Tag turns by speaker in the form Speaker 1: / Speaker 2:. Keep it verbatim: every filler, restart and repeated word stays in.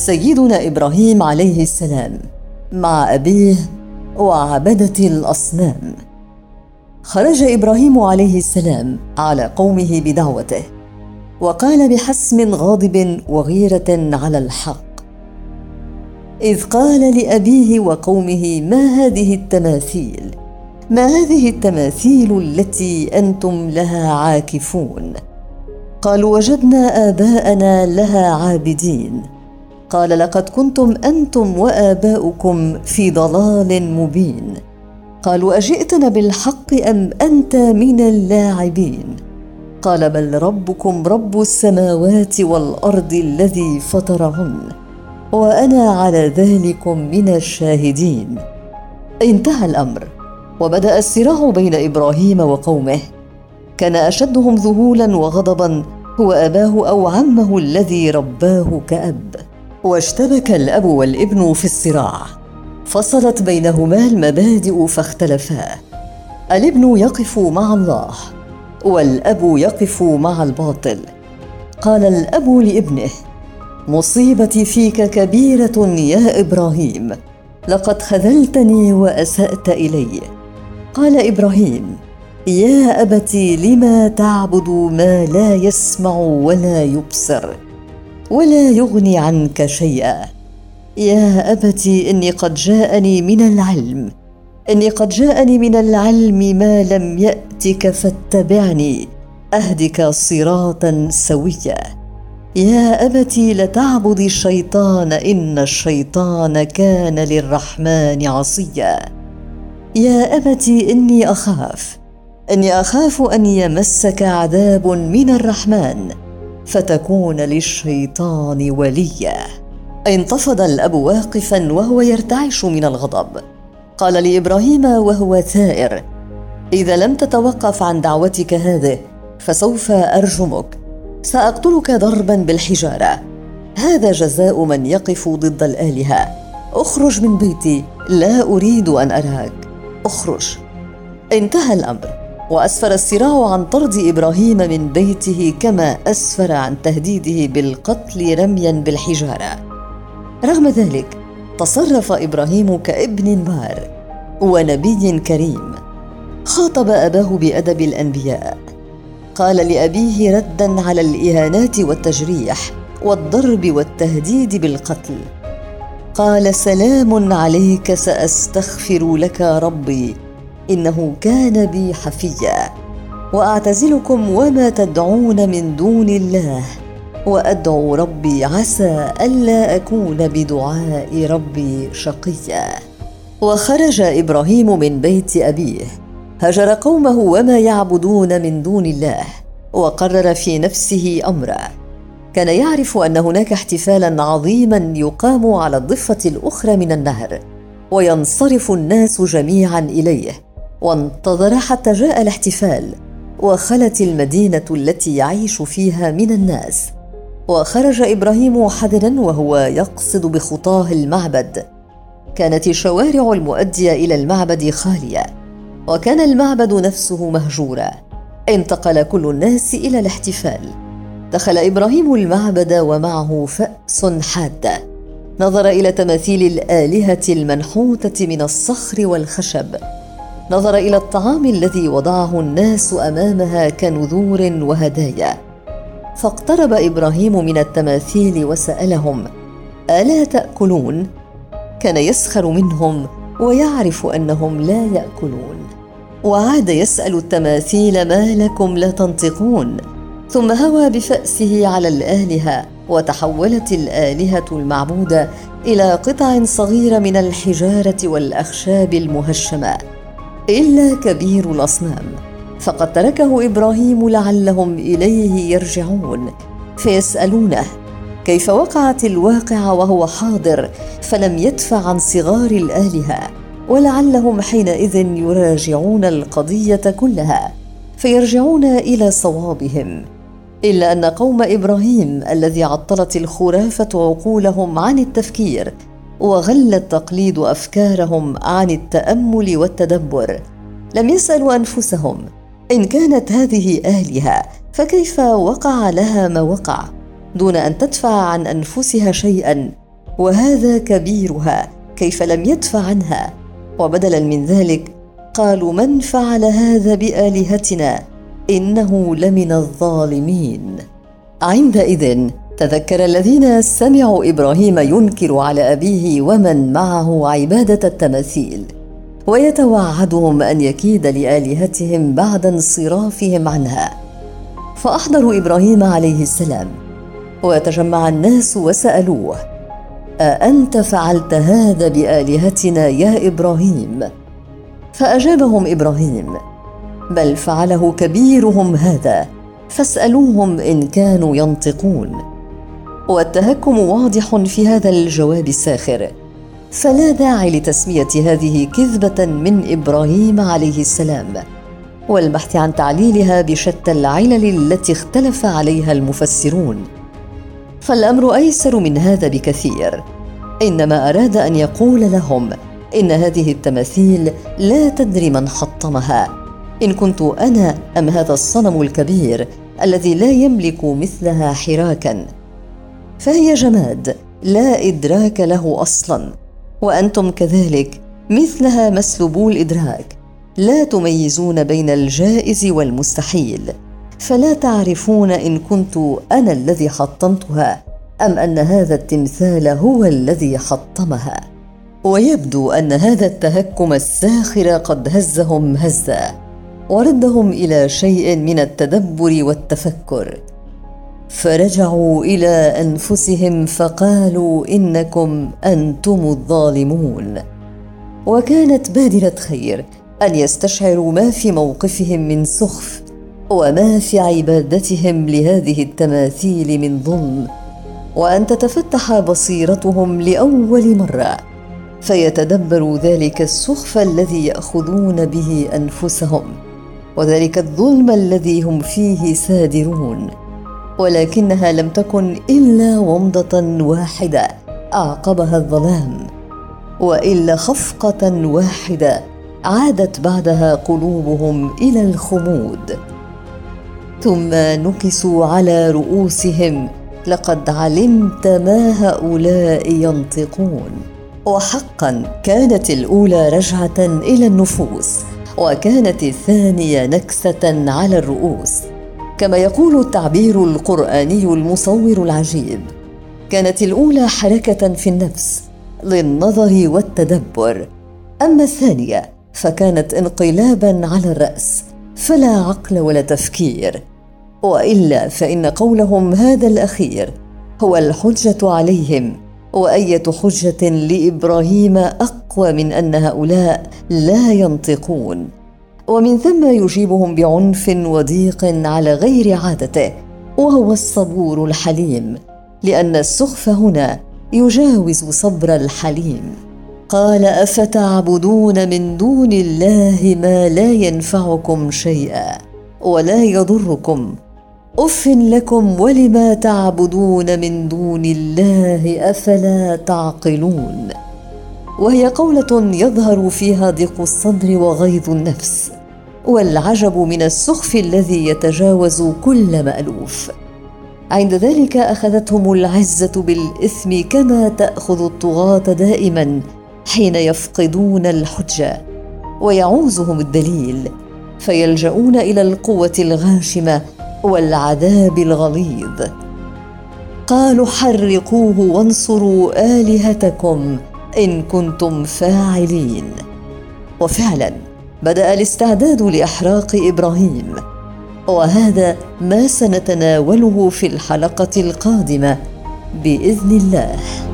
Speaker 1: سيدنا إبراهيم عليه السلام مع أبيه وعبدة الأصنام. خرج إبراهيم عليه السلام على قومه بدعوته، وقال بحسم غاضب وغيرة على الحق، إذ قال لأبيه وقومه: ما هذه التماثيل؟ ما هذه التماثيل التي أنتم لها عاكفون؟ قالوا: وجدنا آباءنا لها عابدين. قال: لقد كنتم أنتم وآباؤكم في ضلال مبين. قالوا: أجئتنا بالحق أم أنت من اللاعبين؟ قال: بل ربكم رب السماوات والأرض الذي فطرهن، وأنا على ذلكم من الشاهدين. انتهى الأمر، وبدأ الصراع بين إبراهيم وقومه. كان أشدهم ذهولا وغضبا هو أباه أو عمه الذي رباه كأب، واشتبك الأب والابن في الصراع، فصلت بينهما المبادئ فاختلفا. الابن يقف مع الله، والأب يقف مع الباطل. قال الأب لابنه: مصيبتي فيك كبيرة يا إبراهيم، لقد خذلتني وأسأت إلي. قال إبراهيم: يا أبت لما تعبد ما لا يسمع ولا يبصر ولا يغني عنك شيئا؟ يا أبت إني قد جاءني من العلم إني قد جاءني من العلم ما لم يأتك فاتبعني أهدك صراطا سويا. يا أبت لتعبد الشيطان إن الشيطان كان للرحمن عصيا. يا أبت إني أخاف إني أخاف أن يمسك عذاب من الرحمن فتكون للشيطان وليا. انتفض الأب واقفا وهو يرتعش من الغضب. قال لإبراهيم وهو ثائر: إذا لم تتوقف عن دعوتك هذه فسوف أرجمك، سأقتلك ضربا بالحجارة. هذا جزاء من يقف ضد الآلهة. اخرج من بيتي، لا أريد أن أراك، اخرج. انتهى الأمر، وأسفر الصراع عن طرد إبراهيم من بيته، كما أسفر عن تهديده بالقتل رميا بالحجارة. رغم ذلك تصرف إبراهيم كابن بار ونبي كريم. خاطب أباه بأدب الأنبياء. قال لأبيه ردا على الإهانات والتجريح والضرب والتهديد بالقتل، قال: سلام عليك، سأستغفر لك ربي إنه كان بي حفيا، وأعتزلكم وما تدعون من دون الله، وأدعو ربي عسى ألا أكون بدعاء ربي شقيا. وخرج إبراهيم من بيت أبيه، هجر قومه وما يعبدون من دون الله، وقرر في نفسه أمرا. كان يعرف أن هناك احتفالا عظيما يقام على الضفة الأخرى من النهر، وينصرف الناس جميعا إليه، وانتظر حتى جاء الاحتفال، وخلت المدينة التي يعيش فيها من الناس. وخرج إبراهيم حذرا وهو يقصد بخطاه المعبد. كانت الشوارع المؤدية إلى المعبد خالية، وكان المعبد نفسه مهجورا. انتقل كل الناس إلى الاحتفال. دخل إبراهيم المعبد ومعه فأس حادة. نظر إلى تماثيل الآلهة المنحوتة من الصخر والخشب. نظر إلى الطعام الذي وضعه الناس أمامها كنذور وهدايا. فاقترب إبراهيم من التماثيل وسألهم: ألا تأكلون؟ كان يسخر منهم ويعرف أنهم لا يأكلون. وعاد يسأل التماثيل: ما لكم لا تنطقون؟ ثم هوى بفأسه على الآلهة، وتحولت الآلهة المعبودة إلى قطع صغيرة من الحجارة والأخشاب المهشمة، إلا كبير الأصنام، فقد تركه إبراهيم لعلهم إليه يرجعون، فيسألونه كيف وقعت الواقعة وهو حاضر، فلم يدفع عن صغار الآلهة، ولعلهم حينئذ يراجعون القضية كلها فيرجعون إلى صوابهم. إلا أن قوم إبراهيم الذي عطلت الخرافة عقولهم عن التفكير، وغل التقليد أفكارهم عن التأمل والتدبر، لم يسألوا أنفسهم: إن كانت هذه آلهة فكيف وقع لها ما وقع، دون أن تدفع عن أنفسها شيئا وهذا كبيرها، كيف لم يدفع عنها؟ وبدلا من ذلك قالوا: من فعل هذا بآلهتنا إنه لمن الظالمين. عندئذ تذكر الذين سمعوا إبراهيم ينكر على أبيه ومن معه عبادة التماثيل، ويتوعدهم أن يكيد لآلهتهم بعد انصرافهم عنها، فأحضروا إبراهيم عليه السلام، وتجمع الناس وسألوه: أأنت فعلت هذا بآلهتنا يا إبراهيم؟ فأجابهم إبراهيم: بل فعله كبيرهم هذا، فاسألوهم إن كانوا ينطقون. والتهكم واضح في هذا الجواب الساخر، فلا داعي لتسمية هذه كذبة من إبراهيم عليه السلام، والبحث عن تعليلها بشتى العلل التي اختلف عليها المفسرون. فالأمر أيسر من هذا بكثير، إنما أراد أن يقول لهم إن هذه التماثيل لا تدري من حطمها، إن كنت أنا أم هذا الصنم الكبير الذي لا يملك مثلها حراكا، فهي جماد لا إدراك له أصلا، وأنتم كذلك مثلها مسلوبو الإدراك، لا تميزون بين الجائز والمستحيل، فلا تعرفون إن كنت أنا الذي حطمتها أم أن هذا التمثال هو الذي حطمها. ويبدو أن هذا التهكم الساخر قد هزهم هزة، وردهم إلى شيء من التدبر والتفكر، فرجعوا إلى أنفسهم فقالوا: إنكم أنتم الظالمون. وكانت بادرة خير أن يستشعروا ما في موقفهم من سخف، وما في عبادتهم لهذه التماثيل من ظلم، وأن تتفتح بصيرتهم لأول مرة فيتدبروا ذلك السخف الذي يأخذون به أنفسهم، وذلك الظلم الذي هم فيه سادرون. ولكنها لم تكن إلا ومضة واحدة أعقبها الظلام، وإلا خفقة واحدة عادت بعدها قلوبهم إلى الخمود، ثم نكسوا على رؤوسهم: لقد علمت ما هؤلاء ينطقون. وحقا كانت الأولى رجعة إلى النفوس، وكانت الثانية نكسة على الرؤوس، كما يقول التعبير القرآني المصور العجيب: كانت الأولى حركة في النفس للنظر والتدبر، أما الثانية فكانت انقلابا على الرأس، فلا عقل ولا تفكير. وإلا فإن قولهم هذا الأخير هو الحجة عليهم، وأية حجة لإبراهيم أقوى من أن هؤلاء لا ينطقون؟ ومن ثم يجيبهم بعنف وضيق على غير عادته، وهو الصبور الحليم، لأن السخف هنا يجاوز صبر الحليم. قال: أفتعبدون من دون الله ما لا ينفعكم شيئا ولا يضركم، أف لكم ولما تعبدون من دون الله أفلا تعقلون. وهي قولة يظهر فيها ضيق الصدر وغيظ النفس، والعجب من السخف الذي يتجاوز كل مألوف. عند ذلك أخذتهم العزة بالإثم كما تأخذ الطغاة دائما حين يفقدون الحجة ويعوزهم الدليل، فيلجؤون إلى القوة الغاشمة والعذاب الغليظ. قالوا: حرقوه وانصروا آلهتكم إن كنتم فاعلين. وفعلا بدأ الاستعداد لإحراق إبراهيم، وهذا ما سنتناوله في الحلقة القادمة بإذن الله.